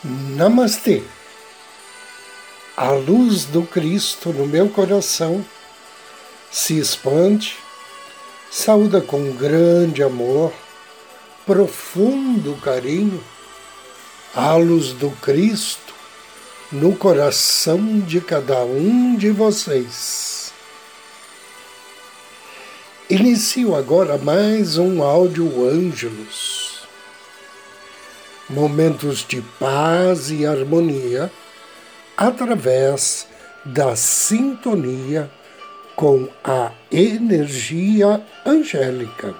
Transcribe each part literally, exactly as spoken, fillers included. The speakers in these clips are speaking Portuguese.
Namastê! A luz do Cristo no meu coração se expande, saúda com grande amor, profundo carinho, a luz do Cristo no coração de cada um de vocês. Inicio agora mais um áudio Ângelos. Momentos de paz e harmonia através da sintonia com a energia angélica.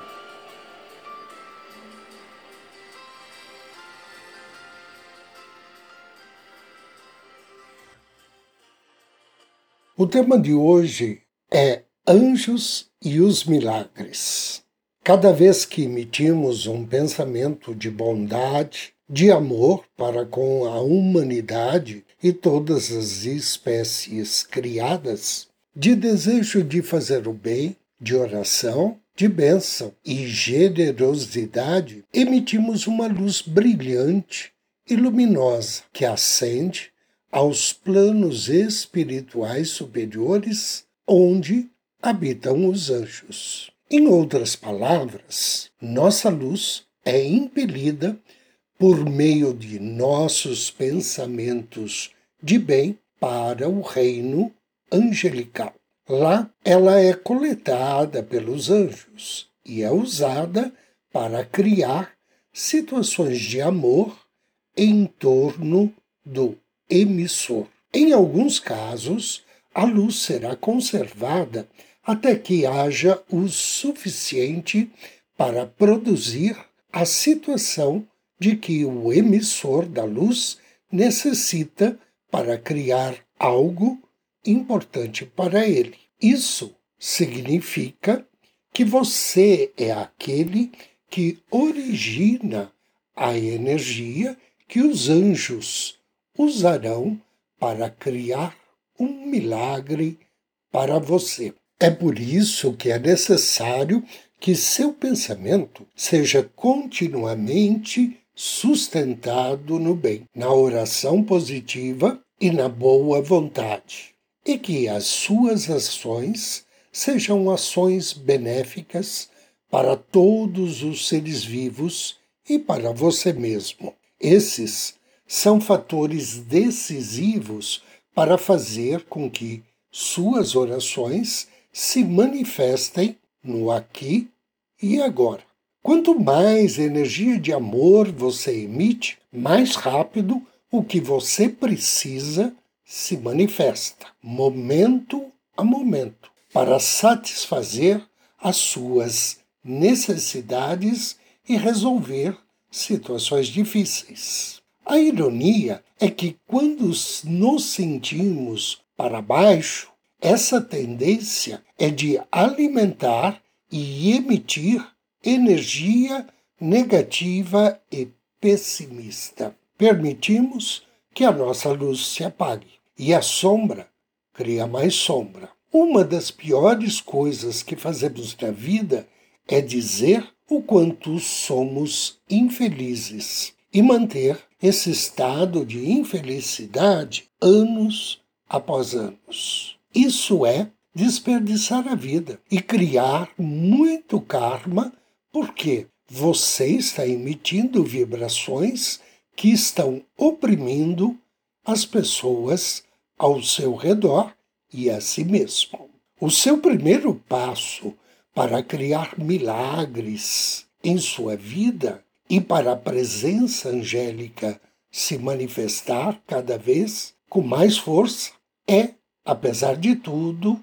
O tema de hoje é Anjos e os Milagres. Cada vez que emitimos um pensamento de bondade, de amor para com a humanidade e todas as espécies criadas, de desejo de fazer o bem, de oração, de bênção e generosidade, emitimos uma luz brilhante e luminosa que ascende aos planos espirituais superiores, onde habitam os anjos. Em outras palavras, nossa luz é impelida por meio de nossos pensamentos de bem para o reino angelical. Lá ela é coletada pelos anjos e é usada para criar situações de amor em torno do emissor. Em alguns casos, a luz será conservada até que haja o suficiente para produzir a situação de que o emissor da luz necessita para criar algo importante para ele. Isso significa que você é aquele que origina a energia que os anjos usarão para criar um milagre para você. É por isso que é necessário que seu pensamento seja continuamente sustentado no bem, na oração positiva e na boa vontade, e que as suas ações sejam ações benéficas para todos os seres vivos e para você mesmo. Esses são fatores decisivos para fazer com que suas orações se manifestem no aqui e agora. Quanto mais energia de amor você emite, mais rápido o que você precisa se manifesta, momento a momento, para satisfazer as suas necessidades e resolver situações difíceis. A ironia é que quando nos sentimos para baixo, essa tendência é de alimentar e emitir energia negativa e pessimista. Permitimos que a nossa luz se apague e a sombra cria mais sombra. Uma das piores coisas que fazemos na vida é dizer o quanto somos infelizes e manter esse estado de infelicidade anos após anos. Isso é desperdiçar a vida e criar muito karma, porque você está emitindo vibrações que estão oprimindo as pessoas ao seu redor e a si mesmo. O seu primeiro passo para criar milagres em sua vida e para a presença angélica se manifestar cada vez com mais força é, apesar de tudo,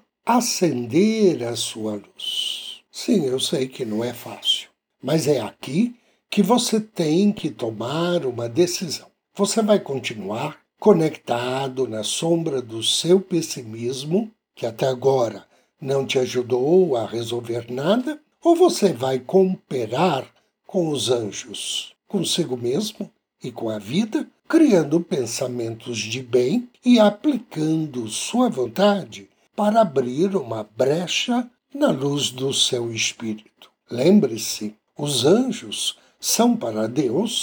acender a sua luz. Sim, eu sei que não é fácil, mas é aqui que você tem que tomar uma decisão. Você vai continuar conectado na sombra do seu pessimismo, que até agora não te ajudou a resolver nada, ou você vai cooperar com os anjos, consigo mesmo e com a vida, criando pensamentos de bem e aplicando sua vontade para abrir uma brecha na luz do seu espírito. Lembre-se, os anjos são para Deus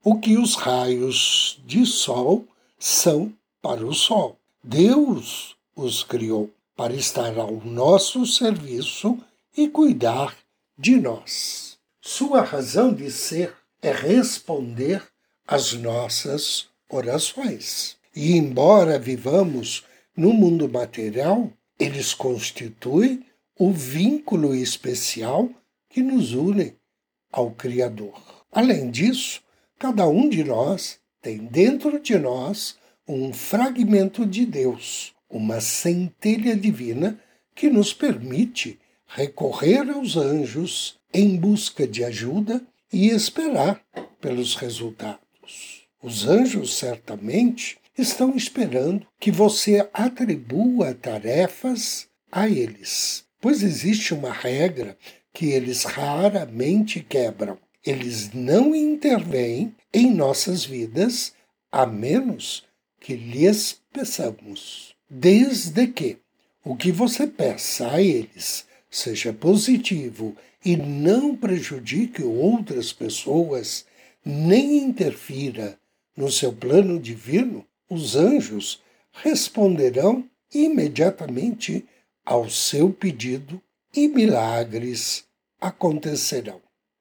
o que os raios de sol são para o sol. Deus os criou para estar ao nosso serviço e cuidar de nós. Sua razão de ser é responder às nossas orações. E embora vivamos no mundo material, eles constituem o vínculo especial que nos une ao Criador. Além disso, cada um de nós tem dentro de nós um fragmento de Deus, uma centelha divina que nos permite recorrer aos anjos em busca de ajuda e esperar pelos resultados. Os anjos certamente estão esperando que você atribua tarefas a eles, pois existe uma regra que eles raramente quebram. Eles não intervêm em nossas vidas a menos que lhes peçamos. Desde que o que você peça a eles seja positivo e não prejudique outras pessoas, nem interfira no seu plano divino, os anjos responderão imediatamente ao seu pedido e milagres acontecerão.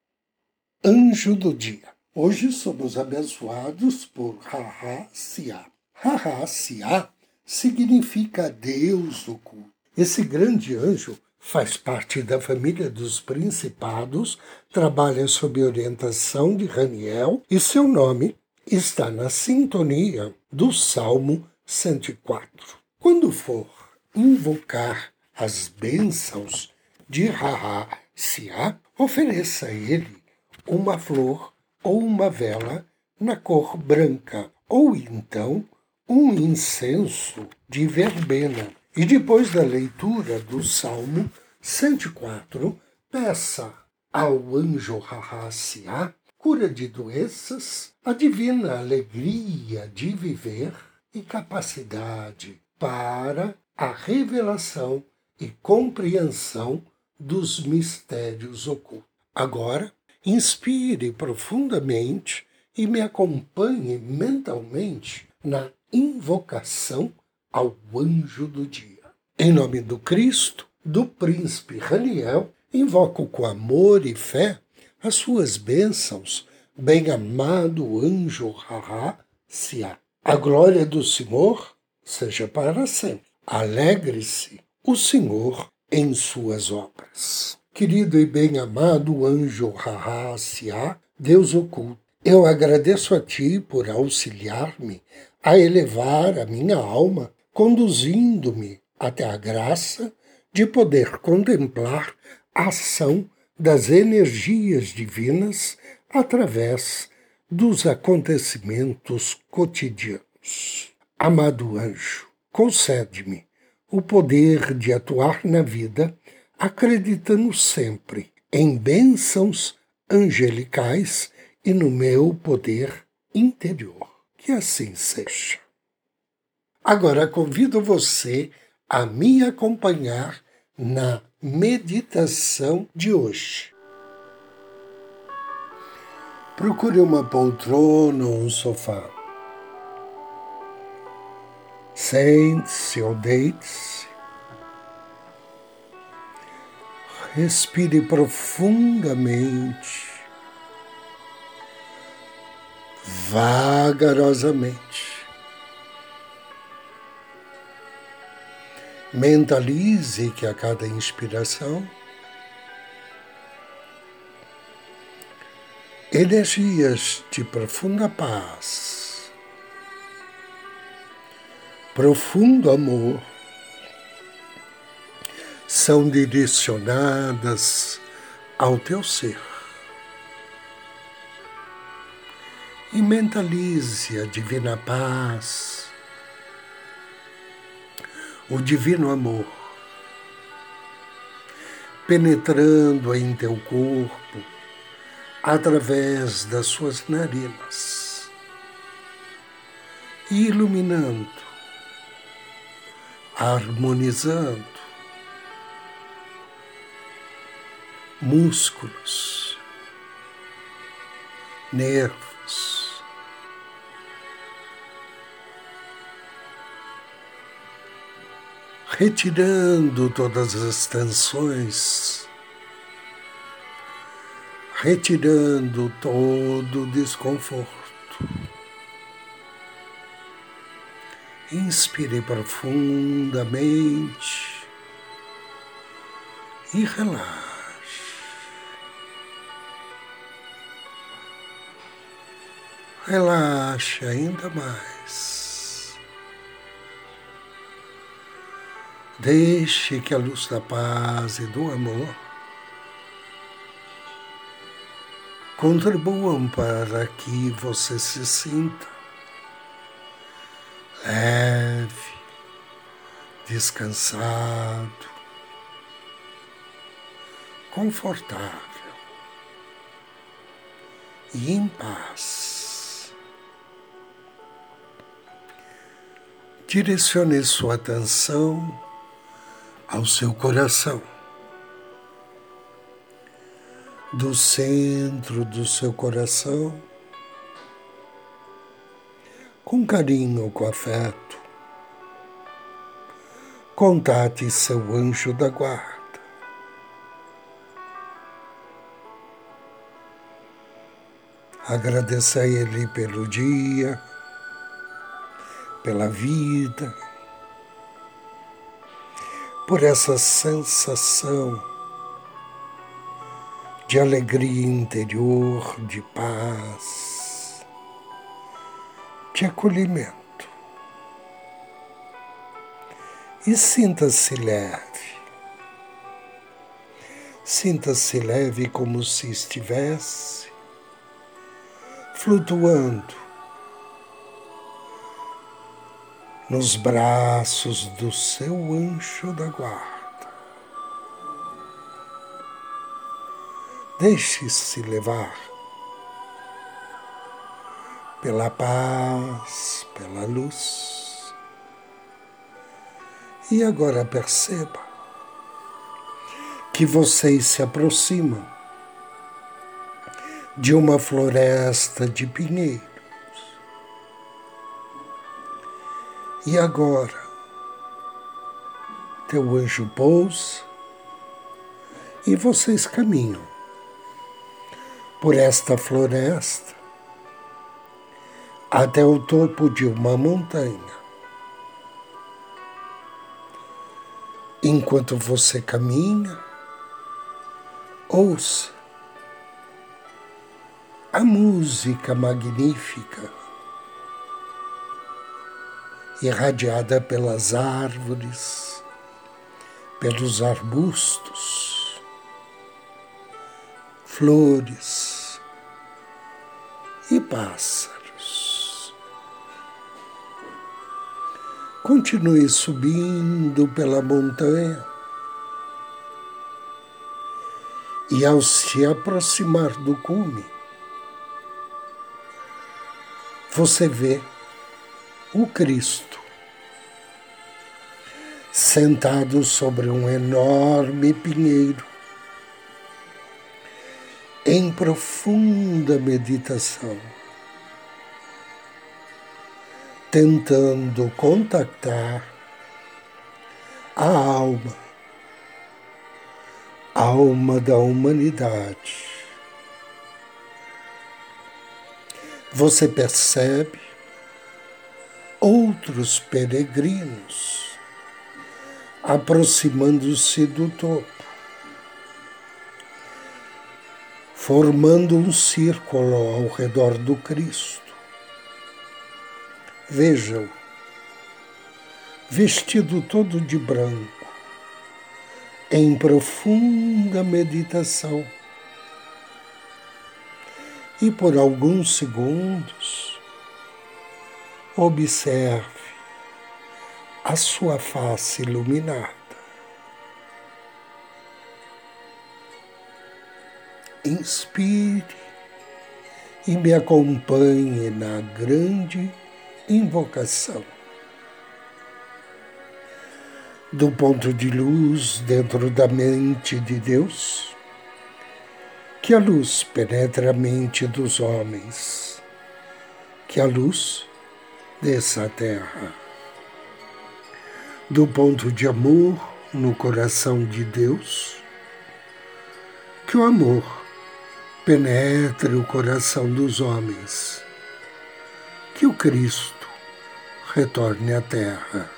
Anjo do dia. Hoje somos abençoados por Ra-Ha-Sia. Ra-Ha-Sia significa Deus oculto. Esse grande anjo faz parte da família dos principados, trabalha sob orientação de Raniel e seu nome está na sintonia do Salmo cento e quatro. Quando for invocar as bênçãos de Ra-Ha-Sia, ofereça a ele uma flor ou uma vela na cor branca, ou então um incenso de verbena. E depois da leitura do Salmo cento e quatro, peça ao anjo Ra-Ha-Sia cura de doenças, a divina alegria de viver e capacidade para a revelação e compreensão dos mistérios ocultos. Agora, inspire profundamente e me acompanhe mentalmente na invocação ao anjo do dia. Em nome do Cristo, do príncipe Raniel, invoco com amor e fé as suas bênçãos, bem-amado anjo Ra-Ha-Sia. A glória do Senhor seja para sempre. Alegre-se o Senhor em suas obras. Querido e bem-amado anjo Ra-Ha-Sia, Deus oculto, eu agradeço a Ti por auxiliar-me a elevar a minha alma, conduzindo-me até a graça de poder contemplar a ação das energias divinas através dos acontecimentos cotidianos. Amado anjo, concede-me o poder de atuar na vida, acreditando sempre em bênçãos angelicais e no meu poder interior. Que assim seja. Agora convido você a me acompanhar na meditação de hoje. Procure uma poltrona ou um sofá. Sente-se ou deite-se. Respire profundamente, vagarosamente. Mentalize que a cada inspiração, energias de profunda paz, profundo amor, são direcionadas ao teu ser. E mentalize a divina paz, o divino amor, penetrando em teu corpo através das suas narinas e iluminando, harmonizando músculos, nervos, retirando todas as tensões, retirando todo o desconforto. Inspire profundamente e relaxe. Relaxe ainda mais. Deixe que a luz da paz e do amor contribuam para que você se sinta leve, descansado, confortável e em paz. Direcione sua atenção ao seu coração. Do centro do seu coração, com carinho, com afeto, contate seu anjo da guarda. Agradeça a ele pelo dia, pela vida, por essa sensação de alegria interior, de paz, de acolhimento. E sinta-se leve. Sinta-se leve como se estivesse flutuando nos braços do seu anjo da guarda. Deixe-se levar pela paz, pela luz. E agora perceba que vocês se aproximam de uma floresta de pinheiros. E agora, teu anjo pousa e vocês caminham por esta floresta até o topo de uma montanha. Enquanto você caminha, ouça a música magnífica irradiada pelas árvores, pelos arbustos, flores e pássaros. Continue subindo pela montanha e, ao se aproximar do cume, você vê o Cristo sentado sobre um enorme pinheiro, em profunda meditação, tentando contactar a alma, a alma da humanidade. Você percebe outros peregrinos aproximando-se do topo, formando um círculo ao redor do Cristo. Vejam, vestido todo de branco, em profunda meditação. E por alguns segundos, observe a sua face iluminada. Inspire e me acompanhe na grande invocação. Do ponto de luz dentro da mente de Deus, que a luz penetre a mente dos homens, que a luz desça à terra. do ponto de amor no coração de Deus, que o amor penetre o coração dos homens, que o Cristo retorne à Terra,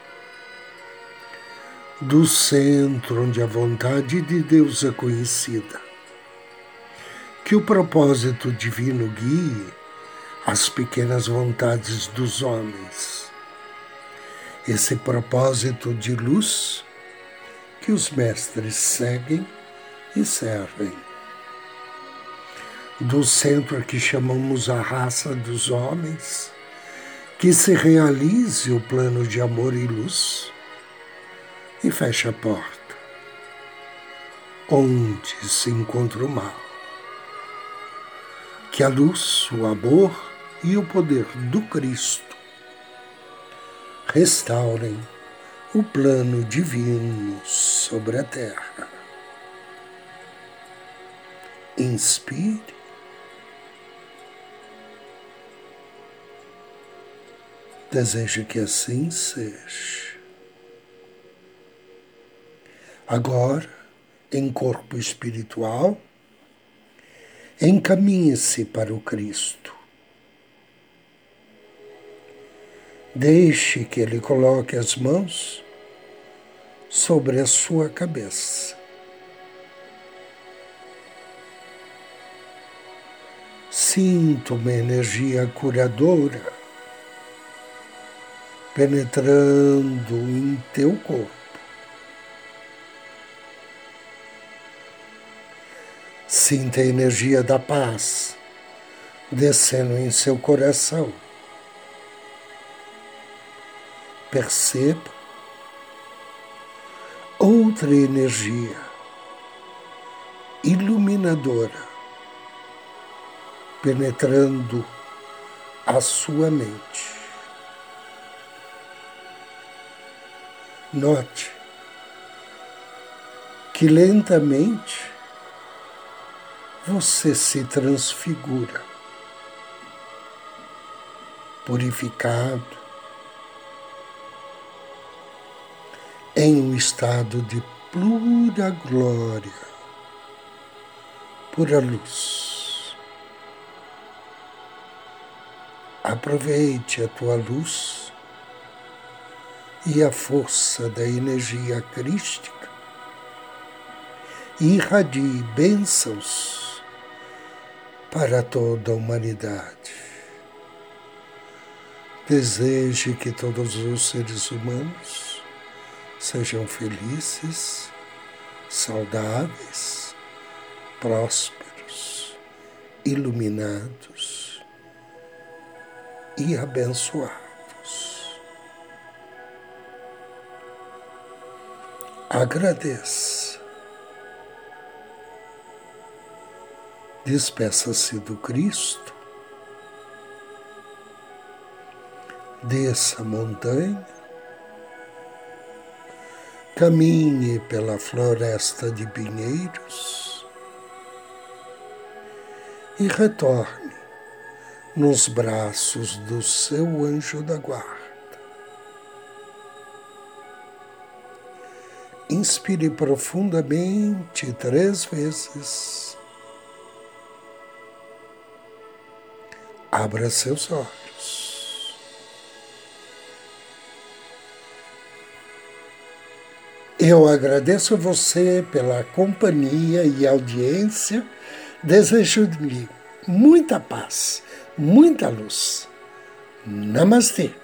do centro onde a vontade de Deus é conhecida, que o propósito divino guie as pequenas vontades dos homens, esse propósito de luz que os mestres seguem e servem. Do centro que chamamos a raça dos homens, que se realize o plano de amor e luz e feche a porta onde se encontra o mal. Que a luz, o amor e o poder do Cristo restaurem o plano divino sobre a terra. Inspire. Desejo que assim seja. Agora, em corpo espiritual, encaminhe-se para o Cristo. Deixe que Ele coloque as mãos sobre a sua cabeça. Sinta uma energia curadora penetrando em teu corpo. Sinta a energia da paz descendo em seu coração. Perceba outra energia iluminadora penetrando a sua mente. Note que lentamente você se transfigura, purificado, em um estado de pura glória, pura luz. Aproveite a tua luz e a força da energia crística e irradie bênçãos para toda a humanidade. Deseje que todos os seres humanos sejam felizes, saudáveis, prósperos, iluminados e abençoados. Agradeça. Despeça-se do Cristo. Desça a montanha. Caminhe pela floresta de pinheiros e retorne nos braços do seu anjo da guarda. Inspire profundamente três vezes. Abra seus olhos. Eu agradeço a você pela companhia e audiência. Desejo-lhe muita paz, muita luz. Namastê.